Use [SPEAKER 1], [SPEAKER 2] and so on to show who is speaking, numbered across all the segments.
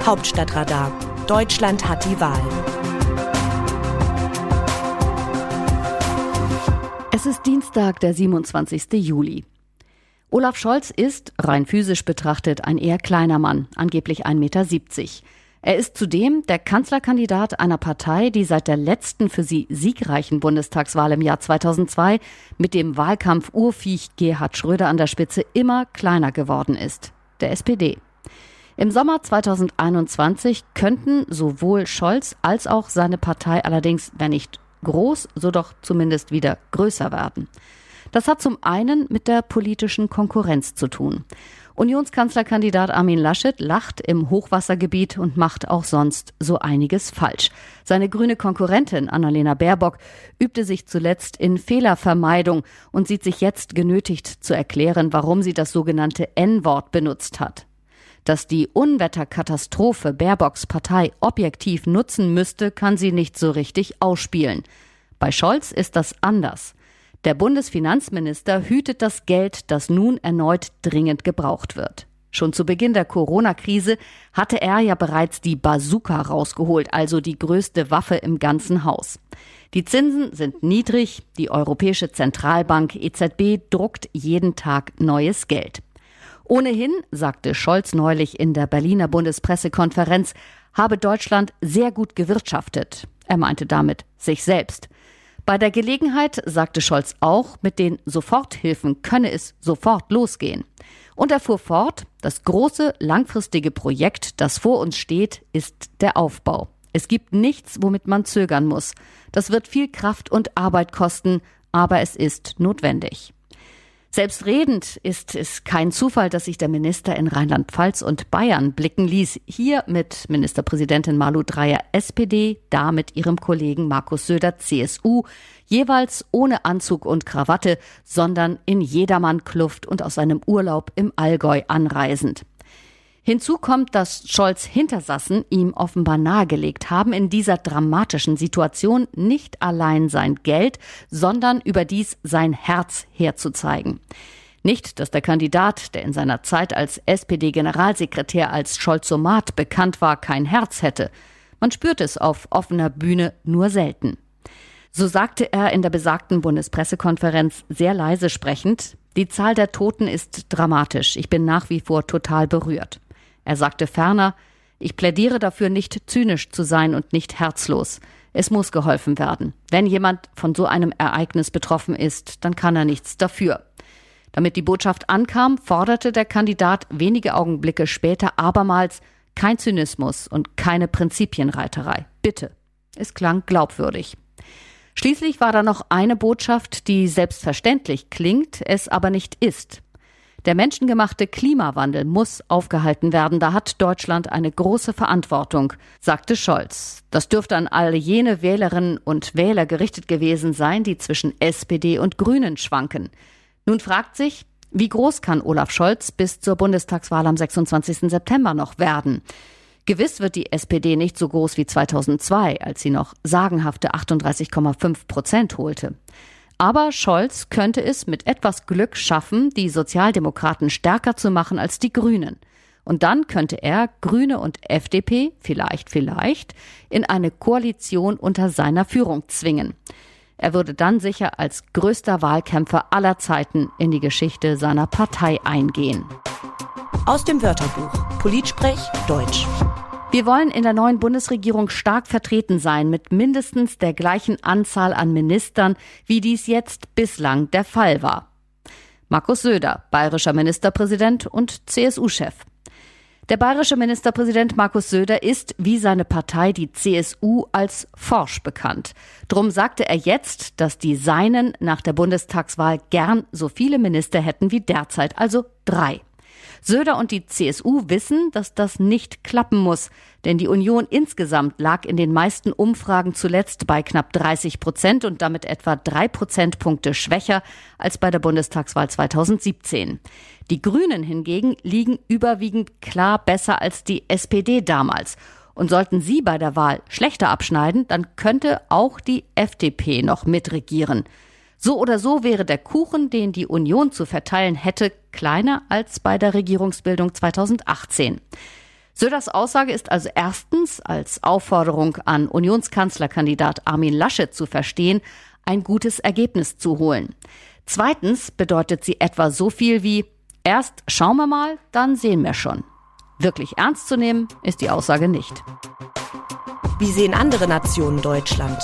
[SPEAKER 1] Hauptstadtradar. Deutschland hat die Wahl.
[SPEAKER 2] Es ist Dienstag, der 27. Juli. Olaf Scholz ist, rein physisch betrachtet, ein eher kleiner Mann, angeblich 1,70 Meter. Er ist zudem der Kanzlerkandidat einer Partei, die seit der letzten für sie siegreichen Bundestagswahl im Jahr 2002 mit dem Wahlkampf-Urviech Gerhard Schröder an der Spitze immer kleiner geworden ist, der SPD. Im Sommer 2021 könnten sowohl Scholz als auch seine Partei allerdings, wenn nicht groß, so doch zumindest wieder größer werden. Das hat zum einen mit der politischen Konkurrenz zu tun. Unionskanzlerkandidat Armin Laschet lacht im Hochwassergebiet und macht auch sonst so einiges falsch. Seine grüne Konkurrentin Annalena Baerbock übte sich zuletzt in Fehlervermeidung und sieht sich jetzt genötigt zu erklären, warum sie das sogenannte N-Wort benutzt hat. Dass die Unwetterkatastrophe Baerbocks Partei objektiv nutzen müsste, kann sie nicht so richtig ausspielen. Bei Scholz ist das anders. Der Bundesfinanzminister hütet das Geld, das nun erneut dringend gebraucht wird. Schon zu Beginn der Corona-Krise hatte er ja bereits die Bazooka rausgeholt, also die größte Waffe im ganzen Haus. Die Zinsen sind niedrig, die Europäische Zentralbank EZB druckt jeden Tag neues Geld. Ohnehin, sagte Scholz neulich in der Berliner Bundespressekonferenz, habe Deutschland sehr gut gewirtschaftet. Er meinte damit sich selbst. Bei der Gelegenheit sagte Scholz auch, mit den Soforthilfen könne es sofort losgehen. Und er fuhr fort, das große, langfristige Projekt, das vor uns steht, ist der Aufbau. Es gibt nichts, womit man zögern muss. Das wird viel Kraft und Arbeit kosten, aber es ist notwendig. Selbstredend ist es kein Zufall, dass sich der Minister in Rheinland-Pfalz und Bayern blicken ließ. Hier mit Ministerpräsidentin Malu Dreyer SPD, da mit ihrem Kollegen Markus Söder CSU, jeweils ohne Anzug und Krawatte, sondern in Jedermann-Kluft und aus seinem Urlaub im Allgäu anreisend. Hinzu kommt, dass Scholz Hintersassen ihm offenbar nahegelegt haben, in dieser dramatischen Situation nicht allein sein Geld, sondern überdies sein Herz herzuzeigen. Nicht, dass der Kandidat, der in seiner Zeit als SPD-Generalsekretär als Scholzomat bekannt war, kein Herz hätte. Man spürt es auf offener Bühne nur selten. So sagte er in der besagten Bundespressekonferenz sehr leise sprechend: Die Zahl der Toten ist dramatisch. Ich bin nach wie vor total berührt. Er sagte ferner: Ich plädiere dafür, nicht zynisch zu sein und nicht herzlos. Es muss geholfen werden. Wenn jemand von so einem Ereignis betroffen ist, dann kann er nichts dafür. Damit die Botschaft ankam, forderte der Kandidat wenige Augenblicke später abermals: Kein Zynismus und keine Prinzipienreiterei. Bitte. Es klang glaubwürdig. Schließlich war da noch eine Botschaft, die selbstverständlich klingt, es aber nicht ist. Der menschengemachte Klimawandel muss aufgehalten werden. Da hat Deutschland eine große Verantwortung, sagte Scholz. Das dürfte an alle jene Wählerinnen und Wähler gerichtet gewesen sein, die zwischen SPD und Grünen schwanken. Nun fragt sich, wie groß kann Olaf Scholz bis zur Bundestagswahl am 26. September noch werden? Gewiss wird die SPD nicht so groß wie 2002, als sie noch sagenhafte 38,5% holte. Aber Scholz könnte es mit etwas Glück schaffen, die Sozialdemokraten stärker zu machen als die Grünen. Und dann könnte er Grüne und FDP vielleicht in eine Koalition unter seiner Führung zwingen. Er würde dann sicher als größter Wahlkämpfer aller Zeiten in die Geschichte seiner Partei eingehen.
[SPEAKER 1] Aus dem Wörterbuch Politsprech Deutsch.
[SPEAKER 2] Wir wollen in der neuen Bundesregierung stark vertreten sein, mit mindestens der gleichen Anzahl an Ministern, wie dies jetzt bislang der Fall war. Markus Söder, bayerischer Ministerpräsident und CSU-Chef. Der bayerische Ministerpräsident Markus Söder ist, wie seine Partei, die CSU, als forsch bekannt. Drum sagte er jetzt, dass die Seinen nach der Bundestagswahl gern so viele Minister hätten wie derzeit, also 3. Söder und die CSU wissen, dass das nicht klappen muss, denn die Union insgesamt lag in den meisten Umfragen zuletzt bei knapp 30% und damit etwa 3 Prozentpunkte schwächer als bei der Bundestagswahl 2017. Die Grünen hingegen liegen überwiegend klar besser als die SPD damals. Und sollten sie bei der Wahl schlechter abschneiden, dann könnte auch die FDP noch mitregieren. So oder so wäre der Kuchen, den die Union zu verteilen hätte, kleiner als bei der Regierungsbildung 2018. Söders Aussage ist also erstens als Aufforderung an Unionskanzlerkandidat Armin Laschet zu verstehen, ein gutes Ergebnis zu holen. Zweitens bedeutet sie etwa so viel wie: Erst schauen wir mal, dann sehen wir schon. Wirklich ernst zu nehmen ist die Aussage nicht.
[SPEAKER 1] Wie sehen andere Nationen Deutschland?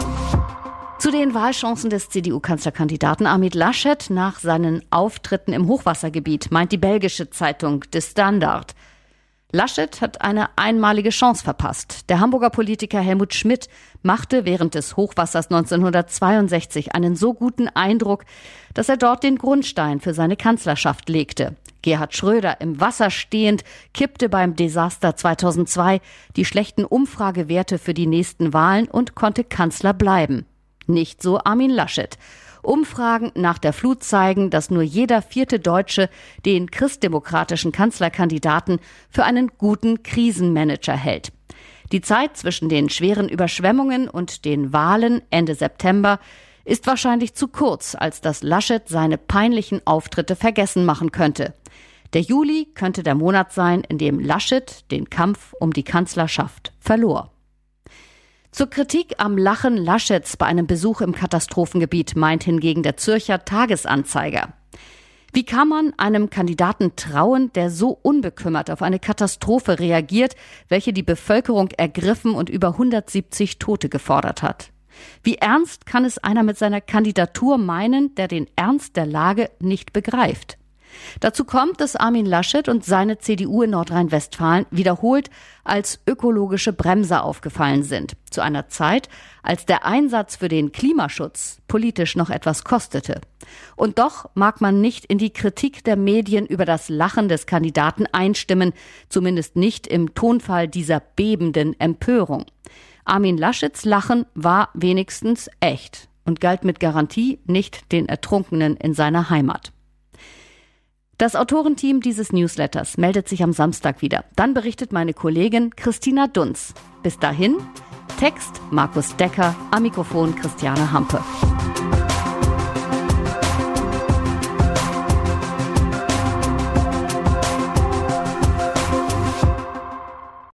[SPEAKER 2] Zu den Wahlchancen des CDU-Kanzlerkandidaten Armin Laschet nach seinen Auftritten im Hochwassergebiet meint die belgische Zeitung De Standaard: Laschet hat eine einmalige Chance verpasst. Der Hamburger Politiker Helmut Schmidt machte während des Hochwassers 1962 einen so guten Eindruck, dass er dort den Grundstein für seine Kanzlerschaft legte. Gerhard Schröder, im Wasser stehend, kippte beim Desaster 2002 die schlechten Umfragewerte für die nächsten Wahlen und konnte Kanzler bleiben. Nicht so Armin Laschet. Umfragen nach der Flut zeigen, dass nur jeder 4. Deutsche den christdemokratischen Kanzlerkandidaten für einen guten Krisenmanager hält. Die Zeit zwischen den schweren Überschwemmungen und den Wahlen Ende September ist wahrscheinlich zu kurz, als dass Laschet seine peinlichen Auftritte vergessen machen könnte. Der Juli könnte der Monat sein, in dem Laschet den Kampf um die Kanzlerschaft verlor. Zur Kritik am Lachen Laschets bei einem Besuch im Katastrophengebiet meint hingegen der Zürcher Tagesanzeiger: Wie kann man einem Kandidaten trauen, der so unbekümmert auf eine Katastrophe reagiert, welche die Bevölkerung ergriffen und über 170 Tote gefordert hat? Wie ernst kann es einer mit seiner Kandidatur meinen, der den Ernst der Lage nicht begreift? Dazu kommt, dass Armin Laschet und seine CDU in Nordrhein-Westfalen wiederholt als ökologische Bremser aufgefallen sind. Zu einer Zeit, als der Einsatz für den Klimaschutz politisch noch etwas kostete. Und doch mag man nicht in die Kritik der Medien über das Lachen des Kandidaten einstimmen, zumindest nicht im Tonfall dieser bebenden Empörung. Armin Laschets Lachen war wenigstens echt und galt mit Garantie nicht den Ertrunkenen in seiner Heimat. Das Autorenteam dieses Newsletters meldet sich am Samstag wieder. Dann berichtet meine Kollegin Christina Dunz. Bis dahin, Text Markus Decker, am Mikrofon Christiane Hampe.